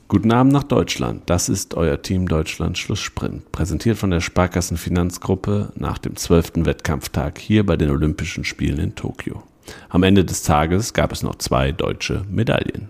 Guten Abend nach Deutschland, das ist euer Team Deutschland Schlusssprint, präsentiert von der Sparkassen Finanzgruppe nach dem 12. Wettkampftag hier bei den Olympischen Spielen in Tokio. Am Ende des Tages gab es noch 2 deutsche Medaillen.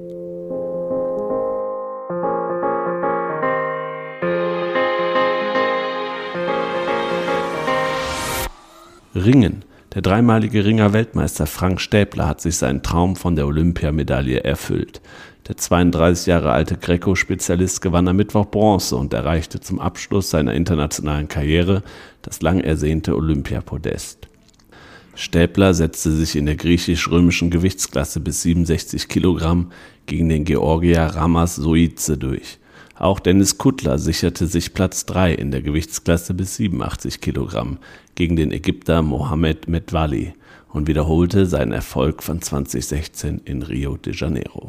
Ringen. Der dreimalige Ringer-Weltmeister Frank Stäbler hat sich seinen Traum von der Olympiamedaille erfüllt. Der 32 Jahre alte Greco-Spezialist gewann am Mittwoch Bronze und erreichte zum Abschluss seiner internationalen Karriere das lang ersehnte Olympiapodest. Stäbler setzte sich in der griechisch-römischen Gewichtsklasse bis 67 Kilogramm gegen den Georgier Ramas Zoize durch. Auch Dennis Kuttler sicherte sich Platz 3 in der Gewichtsklasse bis 87 Kilogramm gegen den Ägypter Mohamed Medvali und wiederholte seinen Erfolg von 2016 in Rio de Janeiro.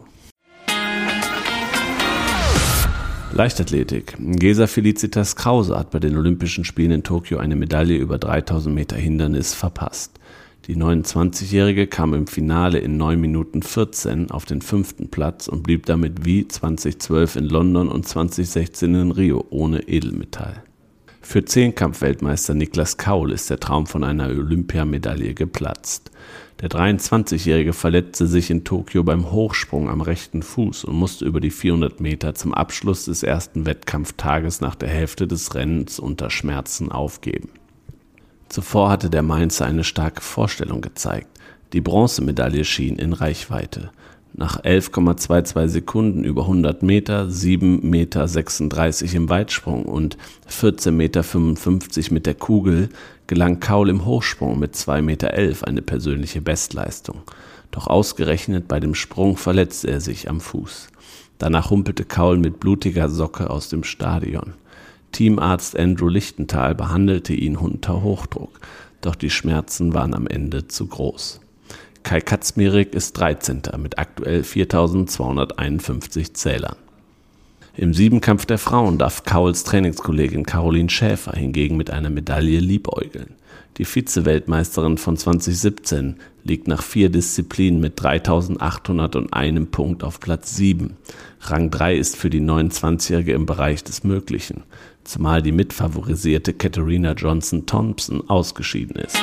Leichtathletik. Gesa Felicitas Krause hat bei den Olympischen Spielen in Tokio eine Medaille über 3000 Meter Hindernis verpasst. Die 29-Jährige kam im Finale in 9 Minuten 14 auf den 5. Platz und blieb damit wie 2012 in London und 2016 in Rio ohne Edelmetall. Für Zehnkampf-Weltmeister Niklas Kaul ist der Traum von einer Olympiamedaille geplatzt. Der 23-Jährige verletzte sich in Tokio beim Hochsprung am rechten Fuß und musste über die 400 Meter zum Abschluss des ersten Wettkampftages nach der Hälfte des Rennens unter Schmerzen aufgeben. Zuvor hatte der Mainzer eine starke Vorstellung gezeigt. Die Bronzemedaille schien in Reichweite. Nach 11,22 Sekunden über 100 Meter, 7,36 Meter im Weitsprung und 14,55 Meter mit der Kugel gelang Kaul im Hochsprung mit 2,11 Meter eine persönliche Bestleistung. Doch ausgerechnet bei dem Sprung verletzte er sich am Fuß. Danach humpelte Kaul mit blutiger Socke aus dem Stadion. Teamarzt Andrew Lichtenthal behandelte ihn unter Hochdruck, doch die Schmerzen waren am Ende zu groß. Kai Katzmirek ist 13. mit aktuell 4.251 Zählern. Im Siebenkampf der Frauen darf Kauls Trainingskollegin Caroline Schäfer hingegen mit einer Medaille liebäugeln. Die Vize-Weltmeisterin von 2017 liegt nach 4 Disziplinen mit 3.801 Punkt auf Platz 7. Rang 3 ist für die 29-Jährige im Bereich des Möglichen, zumal die mitfavorisierte Katarina Johnson-Thompson ausgeschieden ist.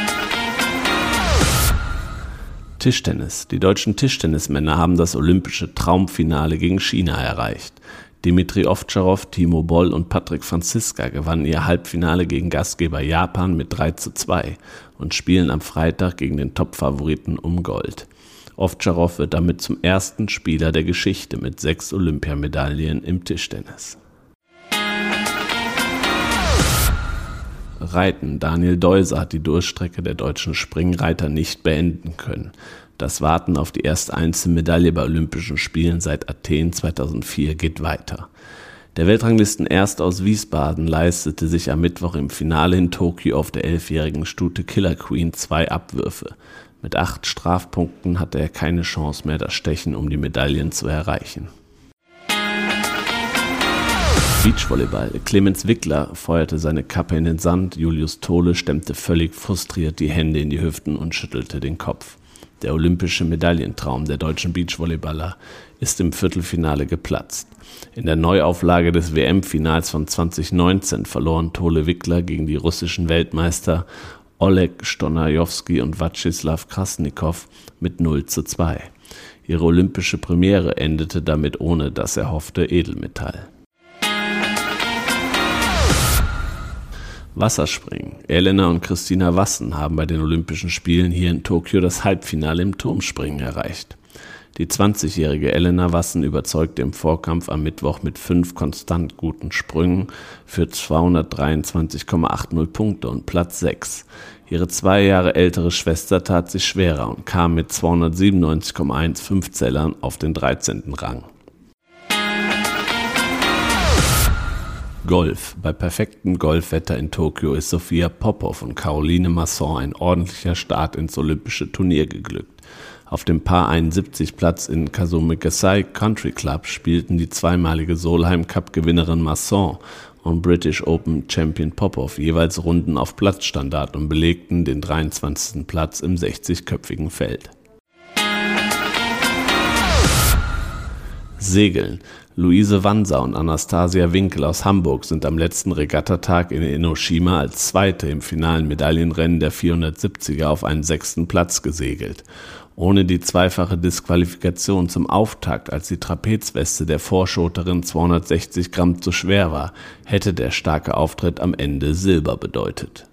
Tischtennis. Die deutschen Tischtennismänner haben das olympische Traumfinale gegen China erreicht. Dmitri Ovtcharov, Timo Boll und Patrick Franziska gewannen ihr Halbfinale gegen Gastgeber Japan mit 3:2 und spielen am Freitag gegen den Topfavoriten um Gold. Ovtcharov wird damit zum ersten Spieler der Geschichte mit 6 Olympiamedaillen im Tischtennis. Reiten. Daniel Deuser hat die Durchstrecke der deutschen Springreiter nicht beenden können. Das Warten auf die erste Einzelmedaille bei Olympischen Spielen seit Athen 2004 geht weiter. Der Weltranglisten-Erste aus Wiesbaden leistete sich am Mittwoch im Finale in Tokio auf der 11-jährigen Stute Killer Queen 2 Abwürfe. Mit 8 Strafpunkten hatte er keine Chance mehr, das Stechen um die Medaillen zu erreichen. Beachvolleyball. Clemens Wickler feuerte seine Kappe in den Sand, Julius Tole stemmte völlig frustriert die Hände in die Hüften und schüttelte den Kopf. Der olympische Medaillentraum der deutschen Beachvolleyballer ist im Viertelfinale geplatzt. In der Neuauflage des WM-Finals von 2019 verloren Tole Wickler gegen die russischen Weltmeister Oleg Stonajowski und Vacislav Krasnikow mit 0:2. Ihre olympische Premiere endete damit ohne das erhoffte Edelmetall. Wasserspringen. Elena und Christina Wassen haben bei den Olympischen Spielen hier in Tokio das Halbfinale im Turmspringen erreicht. Die 20-jährige Elena Wassen überzeugte im Vorkampf am Mittwoch mit 5 konstant guten Sprüngen für 223,80 Punkte und Platz 6. Ihre 2 Jahre ältere Schwester tat sich schwerer und kam mit 297,15 Zählern auf den 13. Rang. Golf. Bei perfektem Golfwetter in Tokio ist Sophia Popov und Caroline Masson ein ordentlicher Start ins olympische Turnier geglückt. Auf dem Par 71 Platz in Kasumigasei Country Club spielten die zweimalige Solheim Cup-Gewinnerin Masson und British Open Champion Popov jeweils Runden auf Platzstandard und belegten den 23. Platz im 60-köpfigen Feld. Segeln. Luise Wanser und Anastasia Winkel aus Hamburg sind am letzten Regattatag in Enoshima als Zweite im finalen Medaillenrennen der 470er auf einen 6. Platz gesegelt. Ohne die zweifache Disqualifikation zum Auftakt, als die Trapezweste der Vorschoterin 260 Gramm zu schwer war, hätte der starke Auftritt am Ende Silber bedeutet.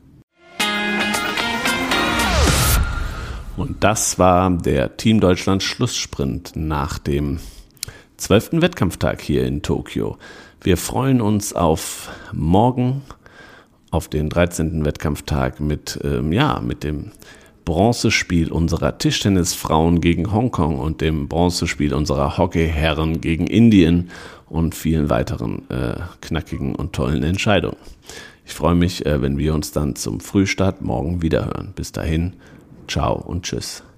Und das war der Team Deutschland Schlusssprint nach dem 12. Wettkampftag hier in Tokio. Wir freuen uns auf morgen, auf den 13. Wettkampftag mit dem Bronzespiel unserer Tischtennisfrauen gegen Hongkong und dem Bronzespiel unserer Hockeyherren gegen Indien und vielen weiteren knackigen und tollen Entscheidungen. Ich freue mich, wenn wir uns dann zum Frühstart morgen wiederhören. Bis dahin, ciao und tschüss.